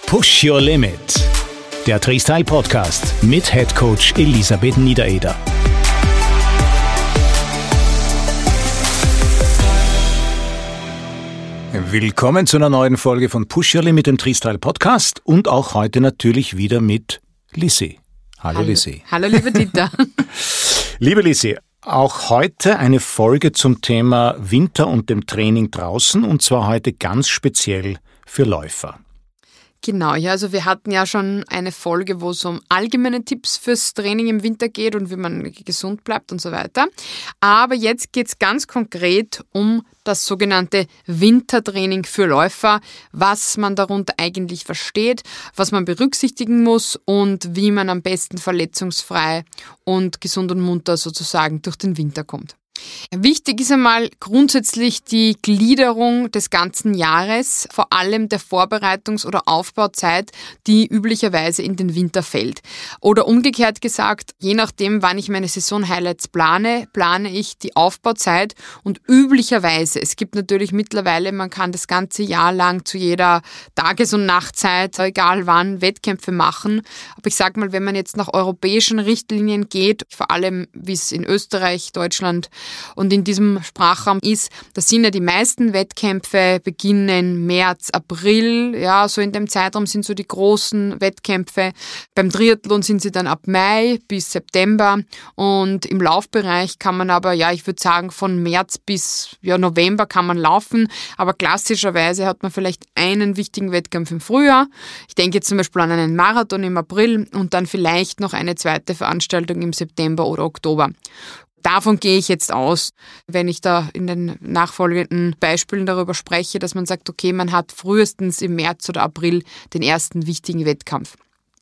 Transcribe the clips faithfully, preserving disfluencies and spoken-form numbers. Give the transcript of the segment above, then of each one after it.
Push Your Limit, der Tri-Style-Podcast mit Headcoach Elisabeth Niedereder. Willkommen zu einer neuen Folge von Push Your Limit, dem Tri-Style-Podcast und auch heute natürlich wieder mit Lissi. Hallo, Hallo. Lissi. Hallo liebe Dieter. Liebe Lissi, auch heute eine Folge zum Thema Winter und dem Training draußen und zwar heute ganz speziell für Läufer. Genau, ja, also wir hatten ja schon eine Folge, wo es um allgemeine Tipps fürs Training im Winter geht und wie man gesund bleibt und so weiter. Aber jetzt geht es ganz konkret um das sogenannte Wintertraining für Läufer, was man darunter eigentlich versteht, was man berücksichtigen muss und wie man am besten verletzungsfrei und gesund und munter sozusagen durch den Winter kommt. Wichtig ist einmal grundsätzlich die Gliederung des ganzen Jahres, vor allem der Vorbereitungs- oder Aufbauzeit, die üblicherweise in den Winter fällt. Oder umgekehrt gesagt, je nachdem, wann ich meine Saison-Highlights plane, plane ich die Aufbauzeit und üblicherweise, es gibt natürlich mittlerweile, man kann das ganze Jahr lang zu jeder Tages- und Nachtzeit, egal wann, Wettkämpfe machen. Aber ich sage mal, wenn man jetzt nach europäischen Richtlinien geht, vor allem wie es in Österreich, Deutschland und in diesem Sprachraum ist, da sind ja die meisten Wettkämpfe beginnen März, April, ja, so in dem Zeitraum sind so die großen Wettkämpfe. Beim Triathlon sind sie dann ab Mai bis September und im Laufbereich kann man aber, ja, ich würde sagen, von März bis ja, November kann man laufen, aber klassischerweise hat man vielleicht einen wichtigen Wettkampf im Frühjahr. Ich denke jetzt zum Beispiel an einen Marathon im April und dann vielleicht noch eine zweite Veranstaltung im September oder Oktober. Davon gehe ich jetzt aus, wenn ich da in den nachfolgenden Beispielen darüber spreche, dass man sagt, okay, man hat frühestens im März oder April den ersten wichtigen Wettkampf.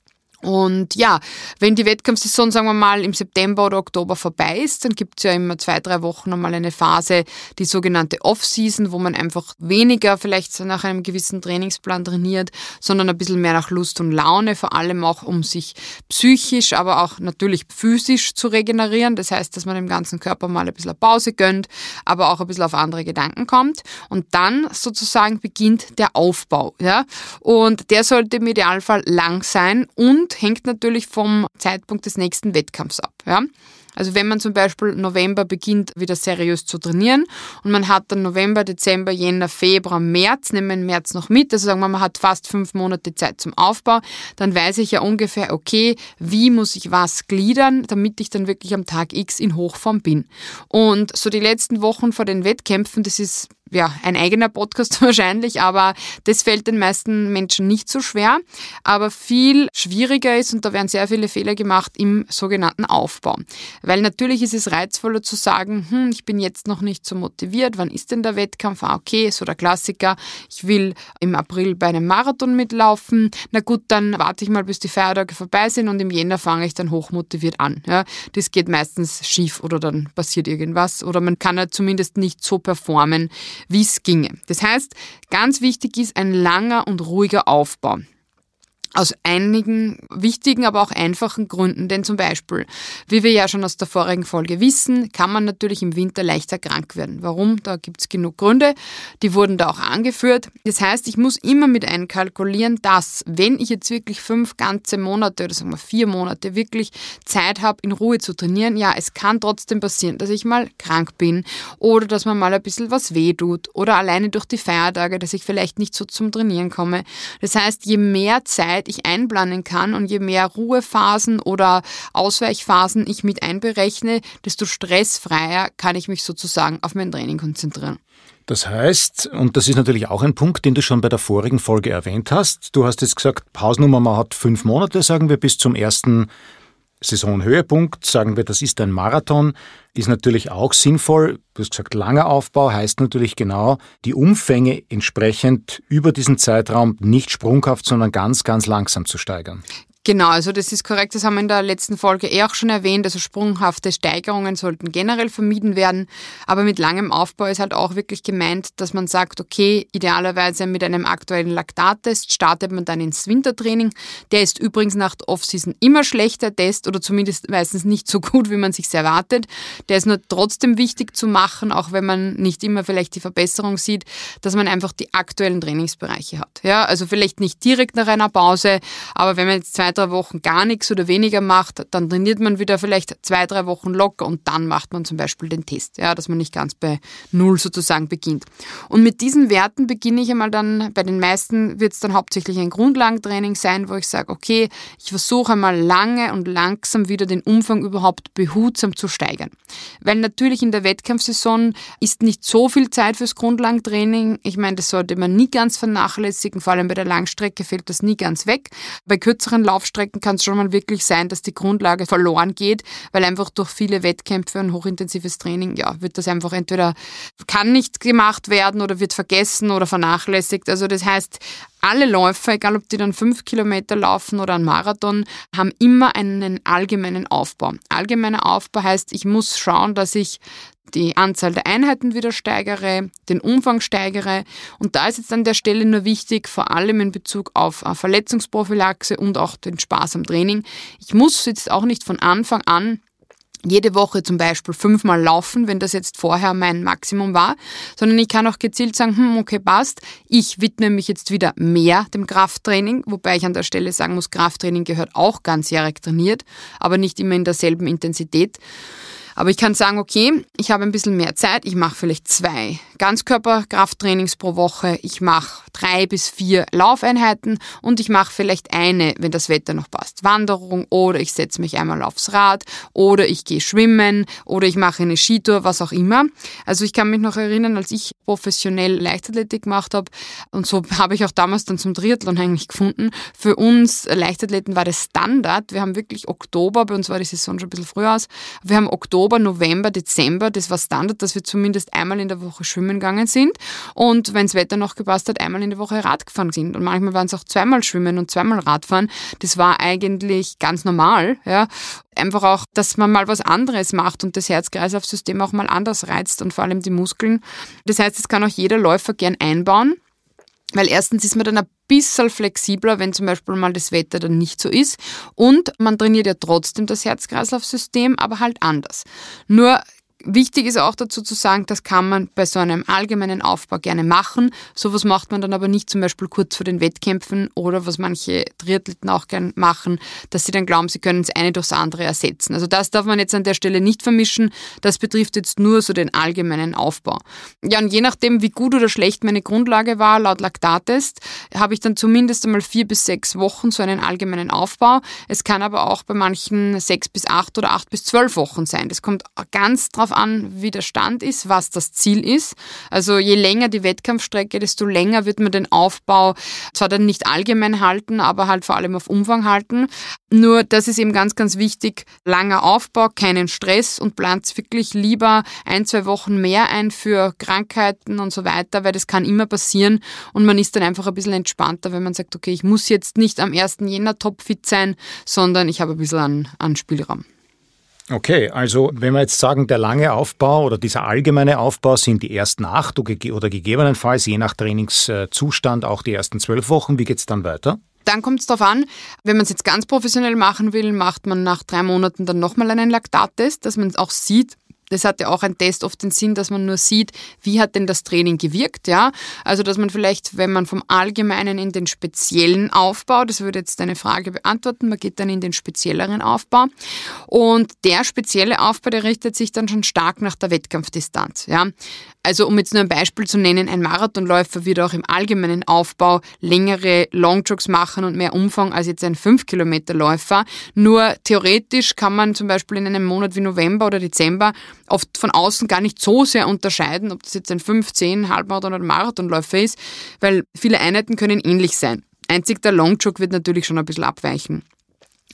Und ja, wenn die Wettkampfsaison, sagen wir mal, im September oder Oktober vorbei ist, dann gibt es ja immer zwei, drei Wochen nochmal eine Phase, die sogenannte Off-Season, wo man einfach weniger vielleicht nach einem gewissen Trainingsplan trainiert, sondern ein bisschen mehr nach Lust und Laune, vor allem auch um sich psychisch, aber auch natürlich physisch zu regenerieren. Das heißt, dass man dem ganzen Körper mal ein bisschen eine Pause gönnt, aber auch ein bisschen auf andere Gedanken kommt. Und dann sozusagen beginnt der Aufbau. Ja? Und der sollte im Idealfall lang sein und hängt natürlich vom Zeitpunkt des nächsten Wettkampfs ab. Ja? Also wenn man zum Beispiel November beginnt, wieder seriös zu trainieren und man hat dann November, Dezember, Jänner, Februar, März, nehmen wir den März noch mit, also sagen wir, man hat fast fünf Monate Zeit zum Aufbau, dann weiß ich ja ungefähr, okay, wie muss ich was gliedern, damit ich dann wirklich am Tag X in Hochform bin. Und so die letzten Wochen vor den Wettkämpfen, das ist ja, ein eigener Podcast wahrscheinlich, aber das fällt den meisten Menschen nicht so schwer. Aber viel schwieriger ist, und da werden sehr viele Fehler gemacht, im sogenannten Aufbau. Weil natürlich ist es reizvoller zu sagen, hm, ich bin jetzt noch nicht so motiviert, wann ist denn der Wettkampf? Ah, okay, so der Klassiker, ich will im April bei einem Marathon mitlaufen. Na gut, dann warte ich mal, bis die Feiertage vorbei sind und im Jänner fange ich dann hochmotiviert an. Ja, das geht meistens schief oder dann passiert irgendwas oder man kann ja zumindest nicht so performen, wie es ginge. Das heißt, ganz wichtig ist ein langer und ruhiger Aufbau. Aus einigen wichtigen, aber auch einfachen Gründen. Denn zum Beispiel, wie wir ja schon aus der vorigen Folge wissen, kann man natürlich im Winter leichter krank werden. Warum? Da gibt es genug Gründe. Die wurden da auch angeführt. Das heißt, ich muss immer mit einkalkulieren, dass, wenn ich jetzt wirklich fünf ganze Monate oder sagen wir vier Monate wirklich Zeit habe, in Ruhe zu trainieren, ja, es kann trotzdem passieren, dass ich mal krank bin oder dass man mal ein bisschen was wehtut oder alleine durch die Feiertage, dass ich vielleicht nicht so zum Trainieren komme. Das heißt, je mehr Zeit ich einplanen kann und je mehr Ruhephasen oder Ausweichphasen ich mit einberechne, desto stressfreier kann ich mich sozusagen auf mein Training konzentrieren. Das heißt, und das ist natürlich auch ein Punkt, den du schon bei der vorigen Folge erwähnt hast, du hast jetzt gesagt, Hausnummer, man hat fünf Monate, sagen wir, bis zum ersten Saisonhöhepunkt, sagen wir, das ist ein Marathon, ist natürlich auch sinnvoll. Du hast gesagt, langer Aufbau heißt natürlich genau, die Umfänge entsprechend über diesen Zeitraum nicht sprunghaft, sondern ganz, ganz langsam zu steigern. Genau, also das ist korrekt, das haben wir in der letzten Folge eh auch schon erwähnt, also sprunghafte Steigerungen sollten generell vermieden werden, aber mit langem Aufbau ist halt auch wirklich gemeint, dass man sagt, okay, idealerweise mit einem aktuellen Laktattest startet man dann ins Wintertraining, der ist übrigens nach der Offseason immer schlechter Test oder zumindest meistens nicht so gut, wie man sich erwartet, der ist nur trotzdem wichtig zu machen, auch wenn man nicht immer vielleicht die Verbesserung sieht, dass man einfach die aktuellen Trainingsbereiche hat, ja, also vielleicht nicht direkt nach einer Pause, aber wenn man jetzt zwei drei Wochen gar nichts oder weniger macht, dann trainiert man wieder vielleicht zwei, drei Wochen locker und dann macht man zum Beispiel den Test, ja, dass man nicht ganz bei Null sozusagen beginnt. Und mit diesen Werten beginne ich einmal dann, bei den meisten wird es dann hauptsächlich ein Grundlagentraining sein, wo ich sage, okay, ich versuche einmal lange und langsam wieder den Umfang überhaupt behutsam zu steigern. Weil natürlich in der Wettkampfsaison ist nicht so viel Zeit fürs Grundlagentraining. Ich meine, das sollte man nie ganz vernachlässigen, vor allem bei der Langstrecke fällt das nie ganz weg. Bei kürzeren Laufstrecken kann es schon mal wirklich sein, dass die Grundlage verloren geht, weil einfach durch viele Wettkämpfe und hochintensives Training, ja, wird das einfach entweder kann nicht gemacht werden oder wird vergessen oder vernachlässigt. Also das heißt, alle Läufer, egal ob die dann fünf Kilometer laufen oder einen Marathon, haben immer einen allgemeinen Aufbau. Allgemeiner Aufbau heißt, ich muss schauen, dass ich die Anzahl der Einheiten wieder steigere, den Umfang steigere. Und da ist jetzt an der Stelle nur wichtig, vor allem in Bezug auf Verletzungsprophylaxe und auch den Spaß am Training. Ich muss jetzt auch nicht von Anfang an jede Woche zum Beispiel fünfmal laufen, wenn das jetzt vorher mein Maximum war, sondern ich kann auch gezielt sagen, hm, okay, passt, ich widme mich jetzt wieder mehr dem Krafttraining, wobei ich an der Stelle sagen muss, Krafttraining gehört auch ganzjährig trainiert, aber nicht immer in derselben Intensität. Aber ich kann sagen, okay, ich habe ein bisschen mehr Zeit, ich mache vielleicht zwei Ganzkörperkrafttrainings pro Woche, ich mache drei bis vier Laufeinheiten und ich mache vielleicht eine, wenn das Wetter noch passt, Wanderung oder ich setze mich einmal aufs Rad oder ich gehe schwimmen oder ich mache eine Skitour, was auch immer. Also ich kann mich noch erinnern, als ich professionell Leichtathletik gemacht habe und so habe ich auch damals dann zum Triathlon eigentlich gefunden. Für uns Leichtathleten war das Standard, wir haben wirklich Oktober, bei uns war die Saison schon ein bisschen früher aus, wir haben Oktober, November, Dezember, das war Standard, dass wir zumindest einmal in der Woche schwimmen gegangen sind und wenn das Wetter noch gepasst hat, einmal in der Woche Rad gefahren sind und manchmal waren es auch zweimal schwimmen und zweimal Radfahren. Das war eigentlich ganz normal, ja. Einfach auch, dass man mal was anderes macht und das Herz-Kreislauf-System auch mal anders reizt und vor allem die Muskeln. Das heißt, das kann auch jeder Läufer gern einbauen. Weil erstens ist man dann ein bisschen flexibler, wenn zum Beispiel mal das Wetter dann nicht so ist. Und man trainiert ja trotzdem das Herz-Kreislauf-System, aber halt anders. Nur wichtig ist auch dazu zu sagen, das kann man bei so einem allgemeinen Aufbau gerne machen. Sowas macht man dann aber nicht zum Beispiel kurz vor den Wettkämpfen oder was manche Triathleten auch gerne machen, dass sie dann glauben, sie können das eine durchs andere ersetzen. Also das darf man jetzt an der Stelle nicht vermischen. Das betrifft jetzt nur so den allgemeinen Aufbau. Ja, und je nachdem, wie gut oder schlecht meine Grundlage war, laut Laktattest, habe ich dann zumindest einmal vier bis sechs Wochen so einen allgemeinen Aufbau. Es kann aber auch bei manchen sechs bis acht oder acht bis zwölf Wochen sein. Das kommt ganz drauf an, wie der Stand ist, was das Ziel ist. Also je länger die Wettkampfstrecke, desto länger wird man den Aufbau zwar dann nicht allgemein halten, aber halt vor allem auf Umfang halten. Nur das ist eben ganz, ganz wichtig. Langer Aufbau, keinen Stress und plant wirklich lieber ein, zwei Wochen mehr ein für Krankheiten und so weiter, weil das kann immer passieren und man ist dann einfach ein bisschen entspannter, wenn man sagt, okay, ich muss jetzt nicht am ersten Jänner topfit sein, sondern ich habe ein bisschen an, an Spielraum. Okay, also wenn wir jetzt sagen, der lange Aufbau oder dieser allgemeine Aufbau sind die ersten acht oder gegebenenfalls je nach Trainingszustand auch die ersten zwölf Wochen. Wie geht es dann weiter? Dann kommt es darauf an, wenn man es jetzt ganz professionell machen will, macht man nach drei Monaten dann nochmal einen Laktattest, dass man es auch sieht. Das hat ja auch ein Test oft den Sinn, dass man nur sieht, wie hat denn das Training gewirkt, ja. Also, dass man vielleicht, wenn man vom Allgemeinen in den speziellen Aufbau, das würde jetzt deine Frage beantworten, man geht dann in den spezielleren Aufbau. Und der spezielle Aufbau, der richtet sich dann schon stark nach der Wettkampfdistanz, ja. Also, um jetzt nur ein Beispiel zu nennen, ein Marathonläufer wird auch im allgemeinen Aufbau längere Longjogs machen und mehr Umfang als jetzt ein fünf Kilometer Läufer. Nur theoretisch kann man zum Beispiel in einem Monat wie November oder Dezember oft von außen gar nicht so sehr unterscheiden, ob das jetzt ein fünf, zehn, Halbmarathon oder Marathonläufer ist, weil viele Einheiten können ähnlich sein. Einzig der Longjog wird natürlich schon ein bisschen abweichen.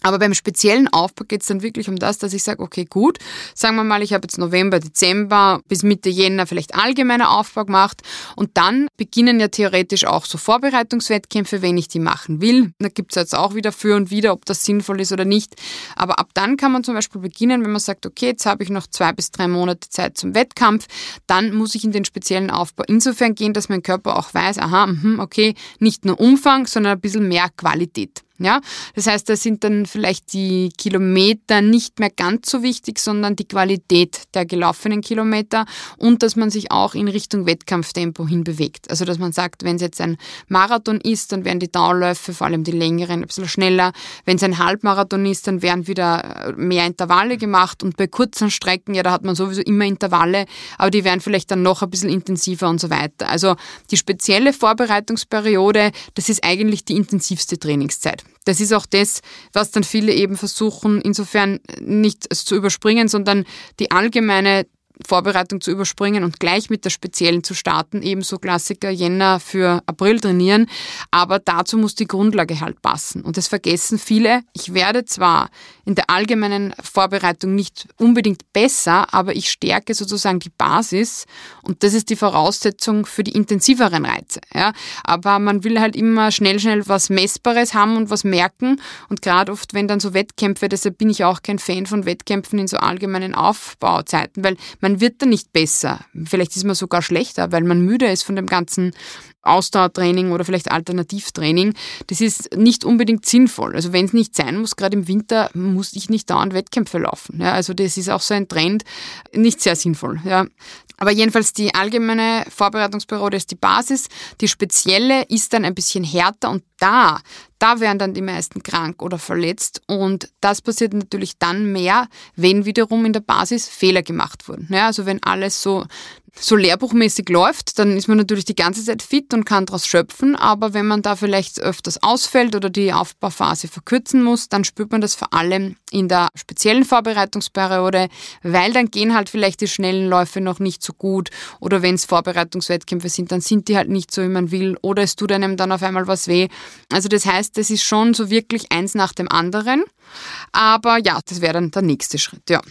Aber beim speziellen Aufbau geht es dann wirklich um das, dass ich sage, okay, gut, sagen wir mal, ich habe jetzt November, Dezember bis Mitte Jänner vielleicht allgemeiner Aufbau gemacht und dann beginnen ja theoretisch auch so Vorbereitungswettkämpfe, wenn ich die machen will. Da gibt es jetzt auch wieder für und wider, ob das sinnvoll ist oder nicht. Aber ab dann kann man zum Beispiel beginnen, wenn man sagt, okay, jetzt habe ich noch zwei bis drei Monate Zeit zum Wettkampf, dann muss ich in den speziellen Aufbau insofern gehen, dass mein Körper auch weiß, aha, okay, nicht nur Umfang, sondern ein bisschen mehr Qualität. Ja, das heißt, da sind dann vielleicht die Kilometer nicht mehr ganz so wichtig, sondern die Qualität der gelaufenen Kilometer und dass man sich auch in Richtung Wettkampftempo hin bewegt. Also, dass man sagt, wenn es jetzt ein Marathon ist, dann werden die Dauerläufe, vor allem die längeren, ein bisschen schneller. Wenn es ein Halbmarathon ist, dann werden wieder mehr Intervalle gemacht und bei kurzen Strecken, ja, da hat man sowieso immer Intervalle, aber die werden vielleicht dann noch ein bisschen intensiver und so weiter. Also, die spezielle Vorbereitungsperiode, das ist eigentlich die intensivste Trainingszeit. Das ist auch das, was dann viele eben versuchen, insofern nicht zu überspringen, sondern die allgemeine Vorbereitung zu überspringen und gleich mit der speziellen zu starten, ebenso Klassiker Jänner für April trainieren, aber dazu muss die Grundlage halt passen und das vergessen viele. Ich werde zwar in der allgemeinen Vorbereitung nicht unbedingt besser, aber ich stärke sozusagen die Basis und das ist die Voraussetzung für die intensiveren Reize. Ja. Aber man will halt immer schnell, schnell was Messbares haben und was merken und gerade oft, wenn dann so Wettkämpfe, deshalb bin ich auch kein Fan von Wettkämpfen in so allgemeinen Aufbauzeiten, weil man wird dann nicht besser. Vielleicht ist man sogar schlechter, weil man müde ist von dem ganzen Ausdauertraining oder vielleicht Alternativtraining. Das ist nicht unbedingt sinnvoll. Also wenn es nicht sein muss, gerade im Winter muss ich nicht dauernd Wettkämpfe laufen. Ja, also das ist auch so ein Trend, nicht sehr sinnvoll. Ja. Aber jedenfalls die allgemeine Vorbereitungsperiode ist die Basis. Die spezielle ist dann ein bisschen härter und da, da werden dann die meisten krank oder verletzt und das passiert natürlich dann mehr, wenn wiederum in der Basis Fehler gemacht wurden. Ja, also wenn alles so so lehrbuchmäßig läuft, dann ist man natürlich die ganze Zeit fit und kann daraus schöpfen, aber wenn man da vielleicht öfters ausfällt oder die Aufbauphase verkürzen muss, dann spürt man das vor allem in der speziellen Vorbereitungsperiode, weil dann gehen halt vielleicht die schnellen Läufe noch nicht so gut oder wenn es Vorbereitungswettkämpfe sind, dann sind die halt nicht so, wie man will oder es tut einem dann auf einmal was weh. Also das heißt, das ist schon so wirklich eins nach dem anderen, aber ja, das wäre dann der nächste Schritt, ja.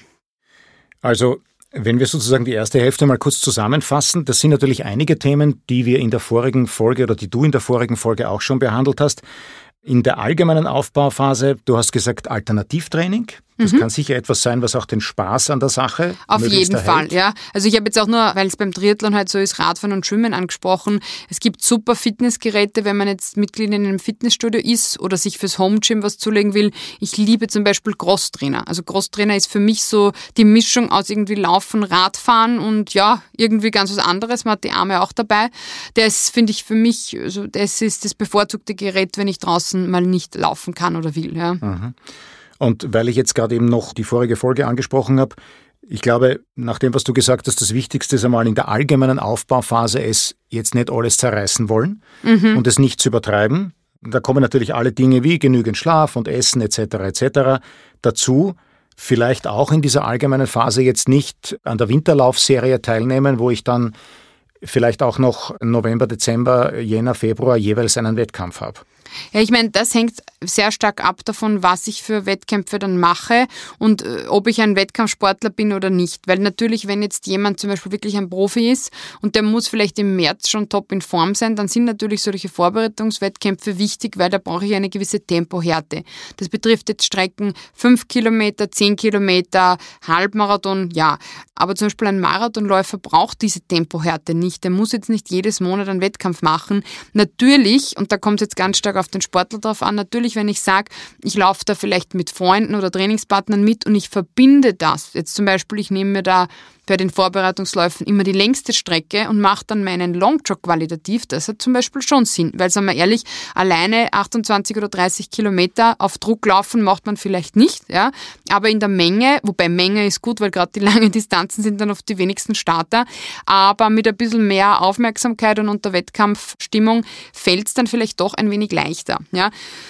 Also wenn wir sozusagen die erste Hälfte mal kurz zusammenfassen, das sind natürlich einige Themen, die wir in der vorigen Folge oder die du in der vorigen Folge auch schon behandelt hast. In der allgemeinen Aufbauphase, du hast gesagt Alternativtraining. Das mhm. kann sicher etwas sein, was auch den Spaß an der Sache Auf jeden erhält. Fall, ja. Also ich habe jetzt auch nur, weil es beim Triathlon halt so ist, Radfahren und Schwimmen angesprochen. Es gibt super Fitnessgeräte, wenn man jetzt Mitglied in einem Fitnessstudio ist oder sich fürs Home-Gym was zulegen will. Ich liebe zum Beispiel Crosstrainer. Also Crosstrainer ist für mich so die Mischung aus irgendwie Laufen, Radfahren und ja, irgendwie ganz was anderes. Man hat die Arme auch dabei. Das finde ich für mich, also das ist das bevorzugte Gerät, wenn ich draußen mal nicht laufen kann oder will, ja. Mhm. Und weil ich jetzt gerade eben noch die vorige Folge angesprochen habe, ich glaube, nach dem, was du gesagt hast, das Wichtigste ist einmal in der allgemeinen Aufbauphase es jetzt nicht alles zerreißen wollen mhm. und es nicht zu übertreiben. Da kommen natürlich alle Dinge wie genügend Schlaf und Essen et cetera et cetera dazu. Vielleicht auch in dieser allgemeinen Phase jetzt nicht an der Winterlaufserie teilnehmen, wo ich dann vielleicht auch noch November, Dezember, Jänner, Februar jeweils einen Wettkampf habe. Ja, ich meine, das hängt sehr stark ab davon, was ich für Wettkämpfe dann mache und äh, ob ich ein Wettkampfsportler bin oder nicht. Weil natürlich, wenn jetzt jemand zum Beispiel wirklich ein Profi ist und der muss vielleicht im März schon top in Form sein, dann sind natürlich solche Vorbereitungswettkämpfe wichtig, weil da brauche ich eine gewisse Tempohärte. Das betrifft jetzt Strecken fünf Kilometer, zehn Kilometer, Halbmarathon, ja. Aber zum Beispiel ein Marathonläufer braucht diese Tempohärte nicht. Der muss jetzt nicht jedes Monat einen Wettkampf machen. Natürlich, und da kommt es jetzt ganz stark auf den Sportler drauf an, natürlich, wenn ich sage, ich laufe da vielleicht mit Freunden oder Trainingspartnern mit und ich verbinde das. Jetzt zum Beispiel, ich nehme mir da bei den Vorbereitungsläufen immer die längste Strecke und mache dann meinen Longjog qualitativ. Das hat zum Beispiel schon Sinn, weil, sagen wir ehrlich, alleine achtundzwanzig oder dreißig Kilometer auf Druck laufen macht man vielleicht nicht, ja. Aber in der Menge, wobei Menge ist gut, weil gerade die langen Distanzen sind dann oft die wenigsten Starter, aber mit ein bisschen mehr Aufmerksamkeit und unter Wettkampfstimmung fällt es dann vielleicht doch ein wenig leichter, ja.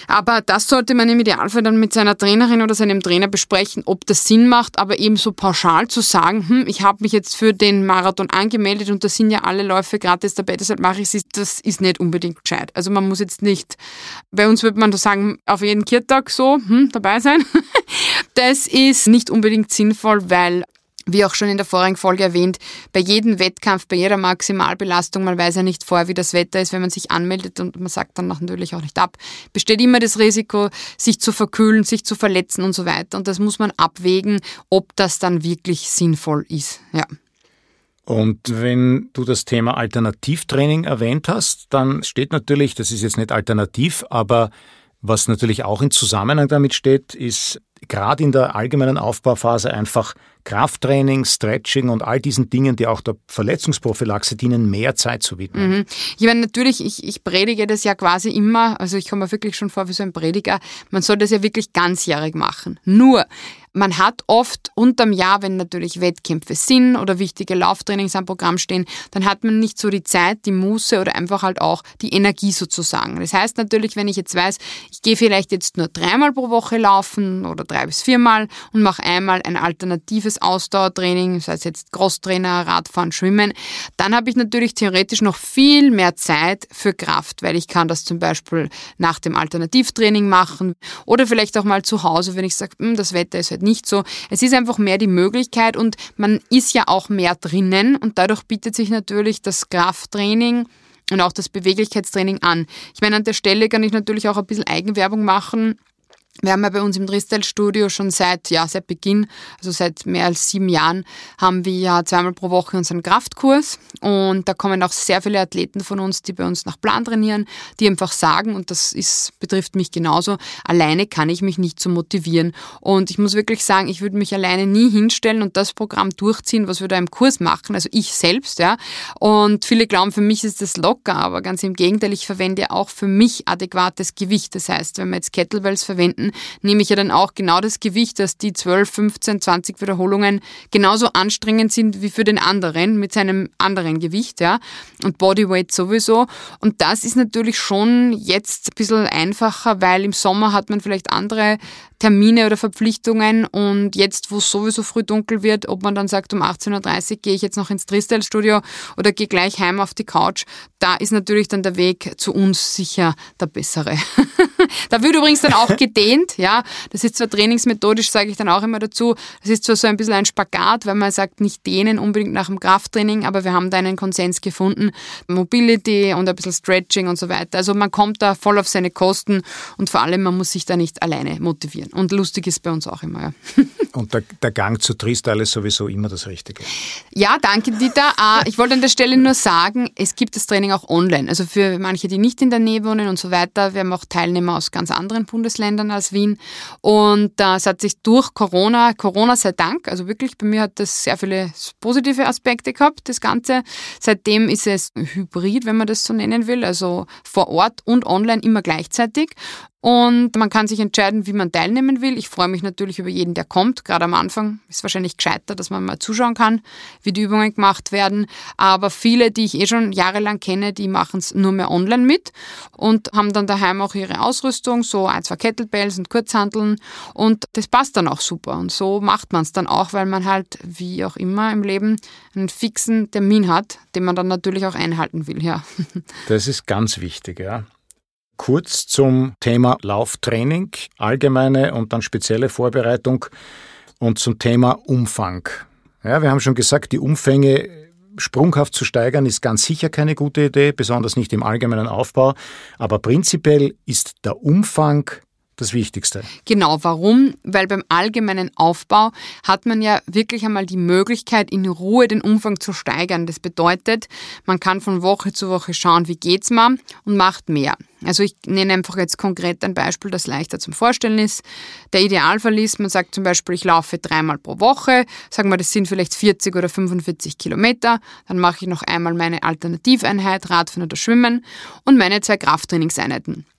Aber das sollte man im Idealfall dann mit seiner Trainerin oder seinem Trainer besprechen, ob das Sinn macht, aber eben so pauschal zu sagen, hm, ich habe mich jetzt für den Marathon angemeldet und da sind ja alle Läufe gratis dabei, deshalb mache ich es, das ist nicht unbedingt gescheit. Also man muss jetzt nicht, bei uns würde man da sagen, auf jeden Kirtag so hm, dabei sein. Das ist nicht unbedingt sinnvoll, weil, wie auch schon in der vorigen Folge erwähnt, bei jedem Wettkampf, bei jeder Maximalbelastung, man weiß ja nicht vorher, wie das Wetter ist, wenn man sich anmeldet und man sagt dann natürlich auch nicht ab, besteht immer das Risiko, sich zu verkühlen, sich zu verletzen und so weiter. Und das muss man abwägen, ob das dann wirklich sinnvoll ist. Ja. Und wenn du das Thema Alternativtraining erwähnt hast, dann steht natürlich, das ist jetzt nicht alternativ, aber was natürlich auch in Zusammenhang damit steht, ist gerade in der allgemeinen Aufbauphase einfach Krafttraining, Stretching und all diesen Dingen, die auch der Verletzungsprophylaxe dienen, mehr Zeit zu widmen. Mhm. Ich meine, natürlich, ich, ich predige das ja quasi immer, also ich komme mir wirklich schon vor wie so ein Prediger, man soll das ja wirklich ganzjährig machen. Nur, man hat oft unterm Jahr, wenn natürlich Wettkämpfe sind oder wichtige Lauftrainings am Programm stehen, dann hat man nicht so die Zeit, die Muße oder einfach halt auch die Energie sozusagen. Das heißt natürlich, wenn ich jetzt weiß, ich gehe vielleicht jetzt nur dreimal pro Woche laufen oder drei bis viermal und mache einmal ein alternatives Ausdauertraining, sei es jetzt Crosstrainer, Radfahren, Schwimmen, dann habe ich natürlich theoretisch noch viel mehr Zeit für Kraft, weil ich kann das zum Beispiel nach dem Alternativtraining machen oder vielleicht auch mal zu Hause, wenn ich sage, das Wetter ist halt nicht so. Es ist einfach mehr die Möglichkeit und man ist ja auch mehr drinnen und dadurch bietet sich natürlich das Krafttraining und auch das Beweglichkeitstraining an. Ich meine, an der Stelle kann ich natürlich auch ein bisschen Eigenwerbung machen. Wir haben ja bei uns im Dristel-Studio schon seit, ja, seit Beginn, also seit mehr als sieben Jahren, haben wir ja zweimal pro Woche unseren Kraftkurs und da kommen auch sehr viele Athleten von uns, die bei uns nach Plan trainieren, die einfach sagen, und das ist, betrifft mich genauso, alleine kann ich mich nicht so motivieren. Und ich muss wirklich sagen, ich würde mich alleine nie hinstellen und das Programm durchziehen, was wir da im Kurs machen, also ich selbst, ja. Und viele glauben, für mich ist das locker, aber ganz im Gegenteil, ich verwende ja auch für mich adäquates Gewicht. Das heißt, wenn wir jetzt Kettlebells verwenden, nehme ich ja dann auch genau das Gewicht, dass die zwölf, fünfzehn, zwanzig Wiederholungen genauso anstrengend sind wie für den anderen mit seinem anderen Gewicht, ja, und Bodyweight sowieso. Und das ist natürlich schon jetzt ein bisschen einfacher, weil im Sommer hat man vielleicht andere Termine oder Verpflichtungen und jetzt, wo es sowieso früh dunkel wird, ob man dann sagt, um achtzehn Uhr dreißig gehe ich jetzt noch ins Dristel-Studio oder gehe gleich heim auf die Couch, da ist natürlich dann der Weg zu uns sicher der bessere. Da wird übrigens dann auch gedehnt, ja, das ist zwar trainingsmethodisch, sage ich dann auch immer dazu, das ist zwar so ein bisschen ein Spagat, weil man sagt, nicht dehnen unbedingt nach dem Krafttraining, aber wir haben da einen Konsens gefunden, Mobility und ein bisschen Stretching und so weiter, also man kommt da voll auf seine Kosten und vor allem, man muss sich da nicht alleine motivieren. Und lustig ist bei uns auch immer, ja. Und der, der Gang zu Tristyle ist sowieso immer das Richtige. Ja, danke, Dieter. Ich wollte an der Stelle nur sagen, es gibt das Training auch online. Also für manche, die nicht in der Nähe wohnen und so weiter. Wir haben auch Teilnehmer aus ganz anderen Bundesländern als Wien. Und das hat sich durch Corona, Corona sei Dank, also wirklich, bei mir hat das sehr viele positive Aspekte gehabt, das Ganze. Seitdem ist es hybrid, wenn man das so nennen will, also vor Ort und online immer gleichzeitig. Und man kann sich entscheiden, wie man teilnehmen will. Ich freue mich natürlich über jeden, der kommt. Gerade am Anfang ist wahrscheinlich gescheiter, dass man mal zuschauen kann, wie die Übungen gemacht werden. Aber viele, die ich eh schon jahrelang kenne, die machen es nur mehr online mit und haben dann daheim auch ihre Ausrüstung, so ein, zwei Kettlebells und Kurzhanteln. Und das passt dann auch super. Und so macht man es dann auch, weil man halt, wie auch immer im Leben, einen fixen Termin hat, den man dann natürlich auch einhalten will. Ja. Das ist ganz wichtig, ja. Kurz zum Thema Lauftraining, allgemeine und dann spezielle Vorbereitung und zum Thema Umfang. Ja, wir haben schon gesagt, die Umfänge sprunghaft zu steigern ist ganz sicher keine gute Idee, besonders nicht im allgemeinen Aufbau, aber prinzipiell ist der Umfang das Wichtigste. Genau, warum? Weil beim allgemeinen Aufbau hat man ja wirklich einmal die Möglichkeit, in Ruhe den Umfang zu steigern. Das bedeutet, man kann von Woche zu Woche schauen, wie geht's mir und macht mehr. Also ich nenne einfach jetzt konkret ein Beispiel, das leichter zum Vorstellen ist. Der Idealfall ist, man sagt zum Beispiel, ich laufe dreimal pro Woche, sagen wir, das sind vielleicht vierzig oder fünfundvierzig Kilometer, dann mache ich noch einmal meine Alternativeinheit, Radfahren oder Schwimmen und meine zwei Krafttrainingseinheiten.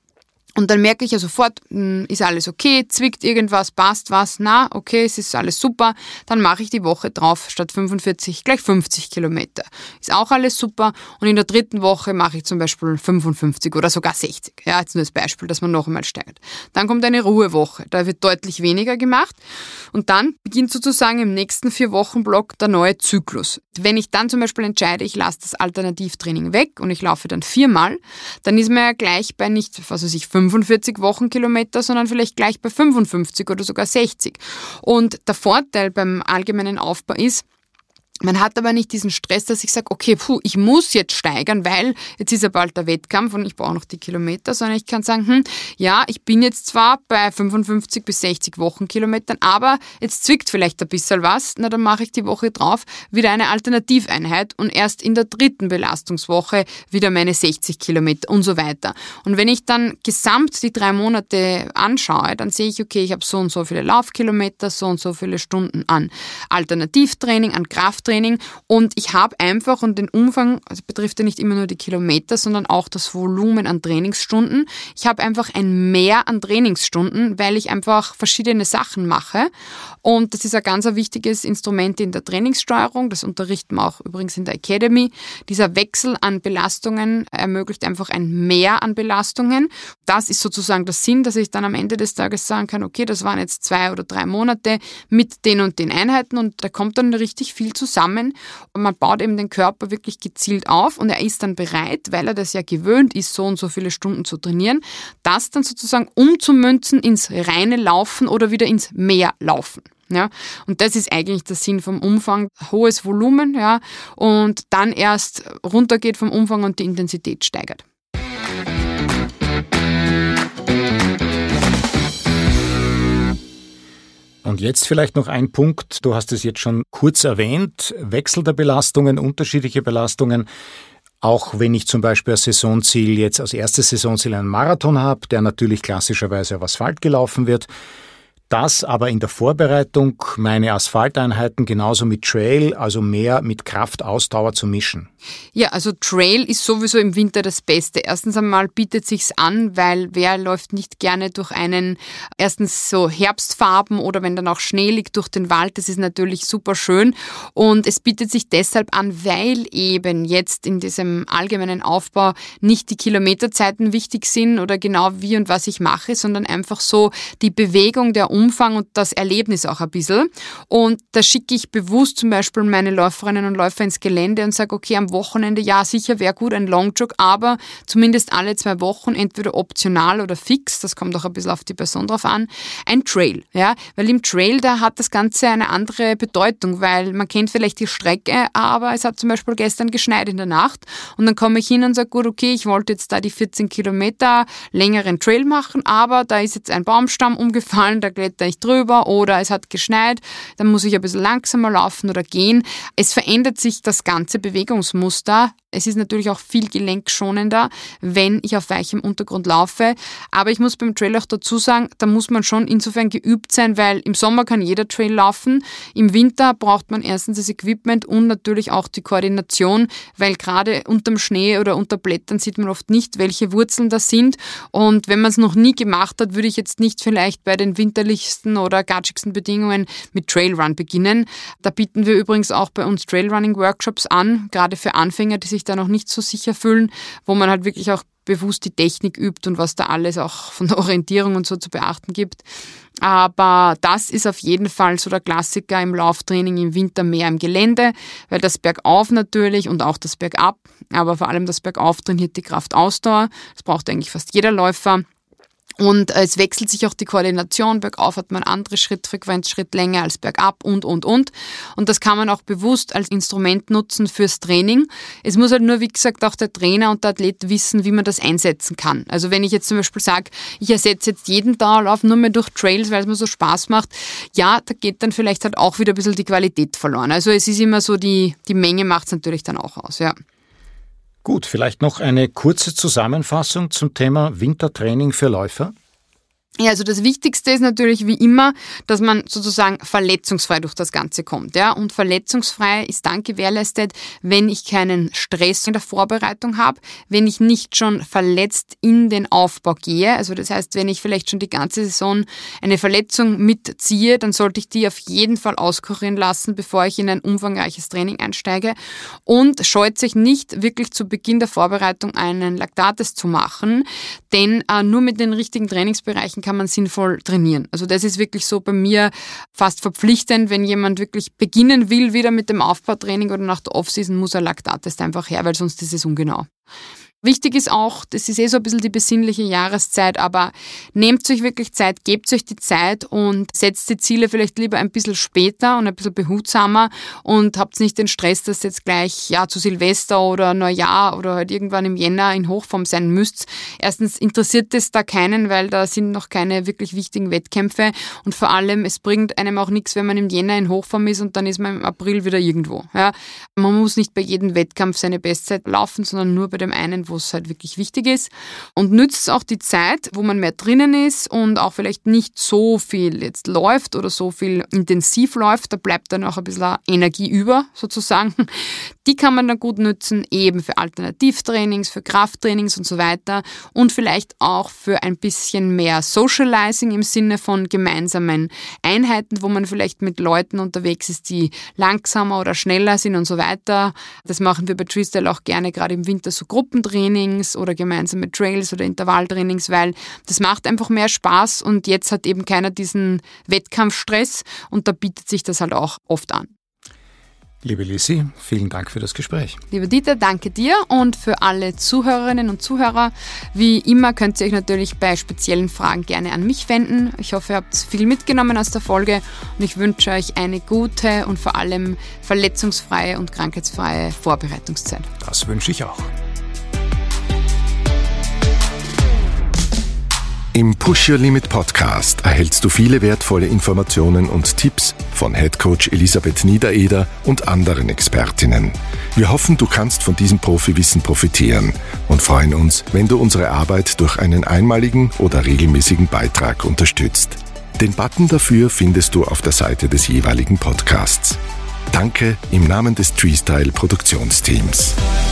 Und dann merke ich ja sofort, ist alles okay, zwickt irgendwas, passt was, na, okay, es ist alles super. Dann mache ich die Woche drauf statt fünfundvierzig gleich fünfzig Kilometer. Ist auch alles super. Und in der dritten Woche mache ich zum Beispiel fünfundfünfzig oder sogar sechzig. Ja, jetzt nur das Beispiel, dass man noch einmal steigert. Dann kommt eine Ruhewoche. Da wird deutlich weniger gemacht. Und dann beginnt sozusagen im nächsten Vier-Wochen-Block der neue Zyklus. Wenn ich dann zum Beispiel entscheide, ich lasse das Alternativtraining weg und ich laufe dann viermal, dann ist man ja gleich bei nicht, was weiß ich, fünfundvierzig Wochenkilometer, sondern vielleicht gleich bei fünfundfünfzig oder sogar sechzig. Und der Vorteil beim allgemeinen Aufbau ist, man hat aber nicht diesen Stress, dass ich sage, okay, puh, ich muss jetzt steigern, weil jetzt ist ja bald der Wettkampf und ich brauche noch die Kilometer, sondern ich kann sagen, hm, ja, ich bin jetzt zwar bei fünfundfünfzig bis sechzig Wochenkilometern, aber jetzt zwickt vielleicht ein bisschen was, na dann mache ich die Woche drauf wieder eine Alternativeinheit und erst in der dritten Belastungswoche wieder meine sechzig Kilometer und so weiter. Und wenn ich dann gesamt die drei Monate anschaue, dann sehe ich, okay, ich habe so und so viele Laufkilometer, so und so viele Stunden an Alternativtraining, an Krafttraining, und ich habe einfach, und den Umfang, also betrifft ja nicht immer nur die Kilometer, sondern auch das Volumen an Trainingsstunden. Ich habe einfach ein Mehr an Trainingsstunden, weil ich einfach verschiedene Sachen mache. Und das ist ein ganz ein wichtiges Instrument in der Trainingssteuerung. Das unterrichten wir auch übrigens in der Academy. Dieser Wechsel an Belastungen ermöglicht einfach ein Mehr an Belastungen. Das ist sozusagen der Sinn, dass ich dann am Ende des Tages sagen kann, okay, das waren jetzt zwei oder drei Monate mit den und den Einheiten und da kommt dann richtig viel zusammen. Und man baut eben den Körper wirklich gezielt auf und er ist dann bereit, weil er das ja gewöhnt ist, so und so viele Stunden zu trainieren, das dann sozusagen umzumünzen ins reine Laufen oder wieder ins Mehr Laufen. Ja, und das ist eigentlich der Sinn vom Umfang, hohes Volumen, ja, und dann erst runtergeht vom Umfang und die Intensität steigert. Und jetzt vielleicht noch ein Punkt, du hast es jetzt schon kurz erwähnt, Wechsel der Belastungen, unterschiedliche Belastungen. Auch wenn ich zum Beispiel als Saisonziel jetzt als erstes Saisonziel einen Marathon habe, der natürlich klassischerweise auf Asphalt gelaufen wird, das aber in der Vorbereitung meine Asphalteinheiten genauso mit Trail, also mehr mit Kraftausdauer zu mischen. Ja, also Trail ist sowieso im Winter das Beste. Erstens einmal bietet sich's an, weil wer läuft nicht gerne durch einen, erstens so Herbstfarben oder wenn dann auch Schnee liegt durch den Wald, das ist natürlich super schön und es bietet sich deshalb an, weil eben jetzt in diesem allgemeinen Aufbau nicht die Kilometerzeiten wichtig sind oder genau wie und was ich mache, sondern einfach so die Bewegung, der Umfang und das Erlebnis auch ein bisschen. Und da schicke ich bewusst zum Beispiel meine Läuferinnen und Läufer ins Gelände und sage, okay, am Wochenende, ja, sicher wäre gut ein Longjog, aber zumindest alle zwei Wochen, entweder optional oder fix, das kommt auch ein bisschen auf die Person drauf an, ein Trail. Ja? Weil im Trail, da hat das Ganze eine andere Bedeutung, weil man kennt vielleicht die Strecke, aber es hat zum Beispiel gestern geschneit in der Nacht und dann komme ich hin und sage, gut, okay, ich wollte jetzt da die vierzehn Kilometer längeren Trail machen, aber da ist jetzt ein Baumstamm umgefallen, da kletter ich drüber oder es hat geschneit, dann muss ich ein bisschen langsamer laufen oder gehen. Es verändert sich das ganze Bewegungsmuster. Es ist natürlich auch viel gelenkschonender, wenn ich auf weichem Untergrund laufe. Aber ich muss beim Trail auch dazu sagen, da muss man schon insofern geübt sein, weil im Sommer kann jeder Trail laufen. Im Winter braucht man erstens das Equipment und natürlich auch die Koordination, weil gerade unterm Schnee oder unter Blättern sieht man oft nicht, welche Wurzeln das sind. Und wenn man es noch nie gemacht hat, würde ich jetzt nicht vielleicht bei den winterlichsten oder gatschigsten Bedingungen mit Trailrun beginnen. Da bieten wir übrigens auch bei uns Trailrunning-Workshops an, gerade für Anfänger, die sich da noch nicht so sicher fühlen, wo man halt wirklich auch bewusst die Technik übt und was da alles auch von der Orientierung und so zu beachten gibt. Aber das ist auf jeden Fall so der Klassiker im Lauftraining im Winter mehr im Gelände, weil das Bergauf natürlich und auch das Bergab, aber vor allem das Bergauf trainiert die Kraftausdauer. Das braucht eigentlich fast jeder Läufer. Und es wechselt sich auch die Koordination. Bergauf hat man andere Schrittfrequenz, Schrittlänge als bergab und, und, und. Und das kann man auch bewusst als Instrument nutzen fürs Training. Es muss halt nur, wie gesagt, auch der Trainer und der Athlet wissen, wie man das einsetzen kann. Also wenn ich jetzt zum Beispiel sage, ich ersetze jetzt jeden Dauerlauf nur mehr durch Trails, weil es mir so Spaß macht, ja, da geht dann vielleicht halt auch wieder ein bisschen die Qualität verloren. Also es ist immer so, die, die Menge macht es natürlich dann auch aus, ja. Gut, vielleicht noch eine kurze Zusammenfassung zum Thema Wintertraining für Läufer. Ja, also das Wichtigste ist natürlich wie immer, dass man sozusagen verletzungsfrei durch das Ganze kommt. Ja? Und verletzungsfrei ist dann gewährleistet, wenn ich keinen Stress in der Vorbereitung habe, wenn ich nicht schon verletzt in den Aufbau gehe. Also das heißt, wenn ich vielleicht schon die ganze Saison eine Verletzung mitziehe, dann sollte ich die auf jeden Fall auskurieren lassen, bevor ich in ein umfangreiches Training einsteige. Und scheut sich nicht, wirklich zu Beginn der Vorbereitung einen Lactattest zu machen, denn äh, nur mit den richtigen Trainingsbereichen kann kann man sinnvoll trainieren. Also das ist wirklich so bei mir fast verpflichtend, wenn jemand wirklich beginnen will, wieder mit dem Aufbautraining oder nach der Offseason, muss er Lactattest einfach her, weil sonst ist es ungenau. Wichtig ist auch, das ist eh so ein bisschen die besinnliche Jahreszeit, aber nehmt euch wirklich Zeit, gebt euch die Zeit und setzt die Ziele vielleicht lieber ein bisschen später und ein bisschen behutsamer und habt nicht den Stress, dass ihr jetzt gleich ja zu Silvester oder Neujahr oder halt irgendwann im Jänner in Hochform sein müsst. Erstens interessiert es da keinen, weil da sind noch keine wirklich wichtigen Wettkämpfe und vor allem, es bringt einem auch nichts, wenn man im Jänner in Hochform ist und dann ist man im April wieder irgendwo. Ja. Man muss nicht bei jedem Wettkampf seine Bestzeit laufen, sondern nur bei dem einen, wo es halt wirklich wichtig ist, und nützt auch die Zeit, wo man mehr drinnen ist und auch vielleicht nicht so viel jetzt läuft oder so viel intensiv läuft, da bleibt dann auch ein bisschen Energie über sozusagen. Die kann man dann gut nutzen, eben für Alternativtrainings, für Krafttrainings und so weiter und vielleicht auch für ein bisschen mehr Socializing im Sinne von gemeinsamen Einheiten, wo man vielleicht mit Leuten unterwegs ist, die langsamer oder schneller sind und so weiter. Das machen wir bei Treestyle auch gerne, gerade im Winter so Gruppentrainings oder gemeinsame Trails oder Intervalltrainings, weil das macht einfach mehr Spaß und jetzt hat eben keiner diesen Wettkampfstress und da bietet sich das halt auch oft an. Liebe Lissi, vielen Dank für das Gespräch. Lieber Dieter, danke dir und für alle Zuhörerinnen und Zuhörer. Wie immer könnt ihr euch natürlich bei speziellen Fragen gerne an mich wenden. Ich hoffe, ihr habt viel mitgenommen aus der Folge und ich wünsche euch eine gute und vor allem verletzungsfreie und krankheitsfreie Vorbereitungszeit. Das wünsche ich auch. Im Push Your Limit Podcast erhältst du viele wertvolle Informationen und Tipps von Headcoach Elisabeth Niedereder und anderen Expertinnen. Wir hoffen, du kannst von diesem Profiwissen profitieren und freuen uns, wenn du unsere Arbeit durch einen einmaligen oder regelmäßigen Beitrag unterstützt. Den Button dafür findest du auf der Seite des jeweiligen Podcasts. Danke im Namen des Treestyle Produktionsteams.